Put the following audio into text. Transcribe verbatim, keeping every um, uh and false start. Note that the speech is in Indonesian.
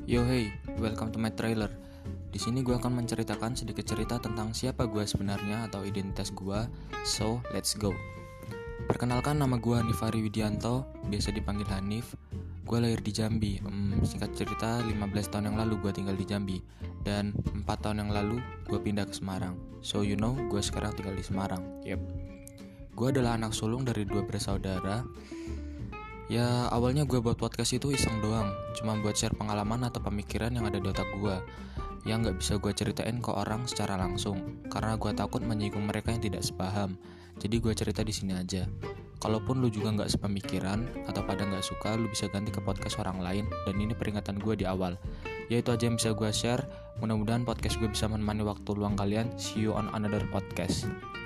Yo hey, welcome to my trailer. Di sini gue akan menceritakan sedikit cerita tentang siapa gue sebenarnya atau identitas gue. So, let's go. Perkenalkan, nama gue Hanifari Widianto, biasa dipanggil Hanif. Gue lahir di Jambi. Hmm, singkat cerita, lima belas tahun yang lalu gue tinggal di Jambi. Dan empat tahun yang lalu gue pindah ke Semarang. So you know, gue sekarang tinggal di Semarang. Yep. Gue adalah anak sulung dari dua bersaudara. Ya awalnya gue buat podcast itu iseng doang, cuma buat share pengalaman atau pemikiran yang ada di otak gue, yang gak bisa gue ceritain ke orang secara langsung, karena gue takut menyinggung mereka yang tidak sepaham. Jadi gue cerita di sini aja. Kalaupun lu juga gak sepemikiran atau pada gak suka, lu bisa ganti ke podcast orang lain. Dan ini peringatan gue di awal. Ya itu aja yang bisa gue share. Mudah-mudahan podcast gue bisa menemani waktu luang kalian. See you on another podcast.